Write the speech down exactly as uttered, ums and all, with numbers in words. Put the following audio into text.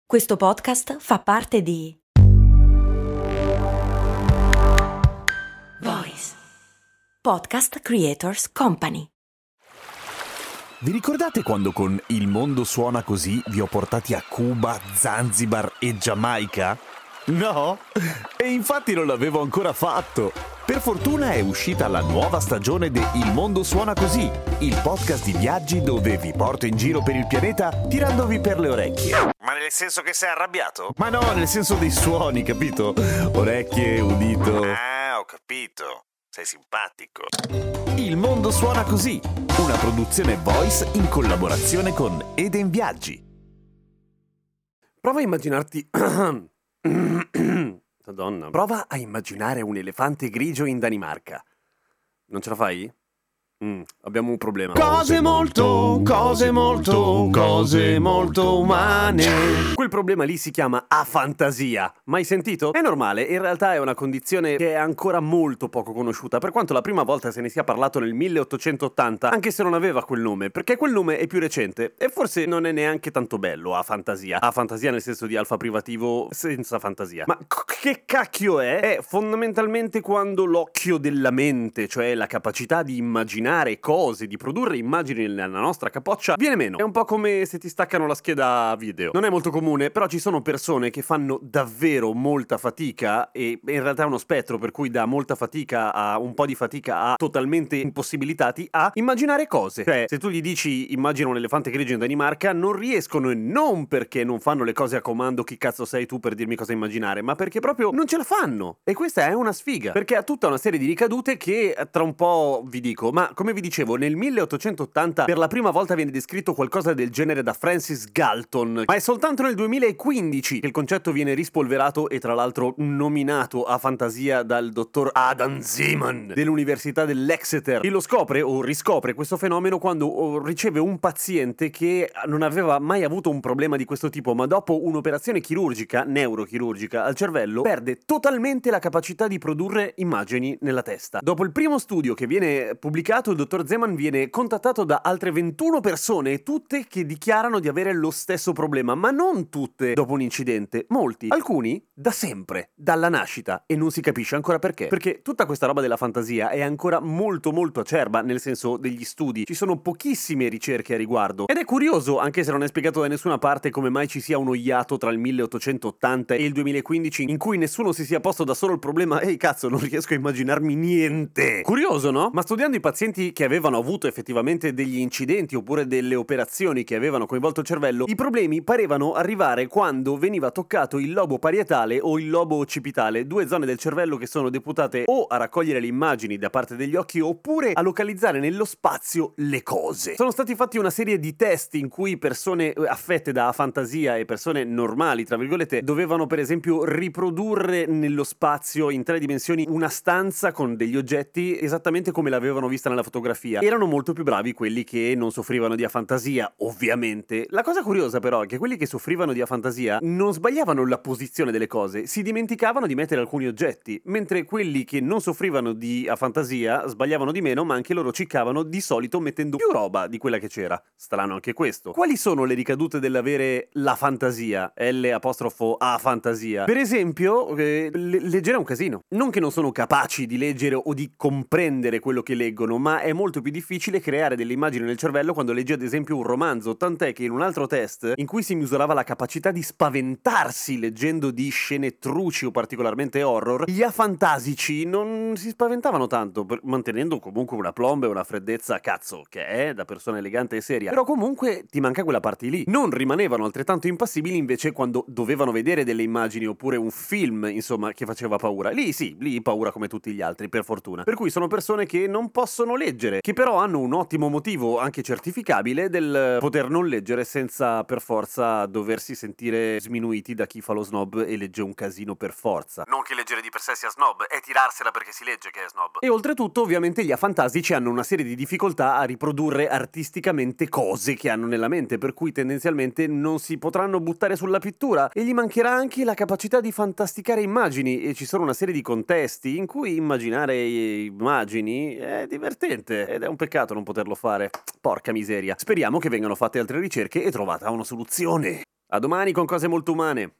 Questo podcast fa parte di Voice Podcast Creators Company. Vi ricordate quando con Il mondo suona così vi ho portati a Cuba, Zanzibar e Giamaica? No? E infatti non l'avevo ancora fatto. Per fortuna è uscita la nuova stagione di Il mondo suona così, il podcast di viaggi dove vi porto in giro per il pianeta tirandovi per le orecchie. Ma nel senso che sei arrabbiato? Ma no, nel senso dei suoni, capito? Orecchie, udito. Ah, ho capito. Sei simpatico. Il mondo suona così, una produzione Voice in collaborazione con Eden Viaggi. Prova a immaginarti... Madonna. Prova a immaginare un elefante grigio in Danimarca. Non ce la fai? Mm, abbiamo un problema. Cose molto, cose molto, cose molto umane. Quel problema lì si chiama afantasia. Mai sentito? È normale, in realtà è una condizione che è ancora molto poco conosciuta, per quanto la prima volta se ne sia parlato nel milleottocentottanta, anche se non aveva quel nome, perché quel nome è più recente e forse non è neanche tanto bello, afantasia. Afantasia nel senso di alfa privativo senza fantasia. Ma c- che cacchio è? È fondamentalmente quando l'occhio della mente, cioè la capacità di immaginare cose, di produrre immagini nella nostra capoccia, viene meno. È un po' come se ti staccano la scheda video. Non è molto comune, però ci sono persone che fanno davvero molta fatica, e in realtà è uno spettro per cui da molta fatica a un po' di fatica a totalmente impossibilitati a immaginare cose. Cioè, se tu gli dici immagina un elefante grigio in Danimarca, non riescono, e non perché non fanno le cose a comando, chi cazzo sei tu per dirmi cosa immaginare, ma perché proprio non ce la fanno. E questa è una sfiga, perché ha tutta una serie di ricadute che tra un po' vi dico, ma come vi dicevo, nel milleottocentottanta per la prima volta viene descritto qualcosa del genere da Francis Galton, ma è soltanto nel duemilaquindici che il concetto viene rispolverato e tra l'altro nominato a fantasia dal dottor Adam Zeman dell'Università dell'Exeter, e lo scopre o riscopre questo fenomeno quando riceve un paziente che non aveva mai avuto un problema di questo tipo, ma dopo un'operazione chirurgica, neurochirurgica al cervello, perde totalmente la capacità di produrre immagini nella testa. Dopo il primo studio che viene pubblicato, il dottor Zeman viene contattato da altre ventuno persone, tutte che dichiarano di avere lo stesso problema, ma non tutte dopo un incidente, molti, alcuni da sempre, dalla nascita, e non si capisce ancora perché. Perché tutta questa roba della fantasia è ancora molto molto acerba, nel senso degli studi, ci sono pochissime ricerche a riguardo, ed è curioso, anche se non è spiegato da nessuna parte, come mai ci sia uno iato tra il milleottocentottanta e il duemilaquindici in cui nessuno si sia posto da solo il problema ehi cazzo, non riesco a immaginarmi niente. Curioso, no? Ma studiando i pazienti che avevano avuto effettivamente degli incidenti oppure delle operazioni che avevano coinvolto il cervello, i problemi parevano arrivare quando veniva toccato il lobo parietale o il lobo occipitale, due zone del cervello che sono deputate o a raccogliere le immagini da parte degli occhi oppure a localizzare nello spazio le cose. Sono stati fatti una serie di test in cui persone affette da afantasia e persone normali, tra virgolette, dovevano per esempio riprodurre nello spazio in tre dimensioni una stanza con degli oggetti esattamente come l'avevano vista nella fotografia. Erano molto più bravi quelli che non soffrivano di afantasia, ovviamente. La cosa curiosa però è che quelli che soffrivano di afantasia non sbagliavano la posizione delle cose, si dimenticavano di mettere alcuni oggetti, mentre quelli che non soffrivano di afantasia sbagliavano di meno, ma anche loro ciccavano di solito mettendo più roba di quella che c'era. Strano anche questo. Quali sono le ricadute dell'avere la fantasia? L apostrofo A fantasia. Per esempio, eh, le- leggere è un casino. Non che non sono capaci di leggere o di comprendere quello che leggono, ma è molto più difficile creare delle immagini nel cervello quando leggi ad esempio un romanzo, tant'è che in un altro test in cui si misurava la capacità di spaventarsi leggendo di scene truci o particolarmente horror, gli afantasici non si spaventavano tanto, per- mantenendo comunque una plomba e una freddezza cazzo che è da persona elegante e seria, però comunque ti manca quella parte lì. Non rimanevano altrettanto impassibili invece quando dovevano vedere delle immagini oppure un film, insomma, che faceva paura. Lì sì, lì paura come tutti gli altri, per fortuna. Per cui sono persone che non possono leggere, che però hanno un ottimo motivo, anche certificabile, del poter non leggere senza per forza doversi sentire sminuiti da chi fa lo snob e legge un casino per forza. Non che leggere di per sé sia snob, è tirarsela perché si legge che è snob. E oltretutto, ovviamente, gli afantasici hanno una serie di difficoltà a riprodurre artisticamente cose che hanno nella mente, per cui tendenzialmente non si potranno buttare sulla pittura, e gli mancherà anche la capacità di fantasticare immagini, e ci sono una serie di contesti in cui immaginare immagini è divertente ed è un peccato non poterlo fare. Porca miseria. Speriamo che vengano fatte altre ricerche e trovata una soluzione. A domani con cose molto umane.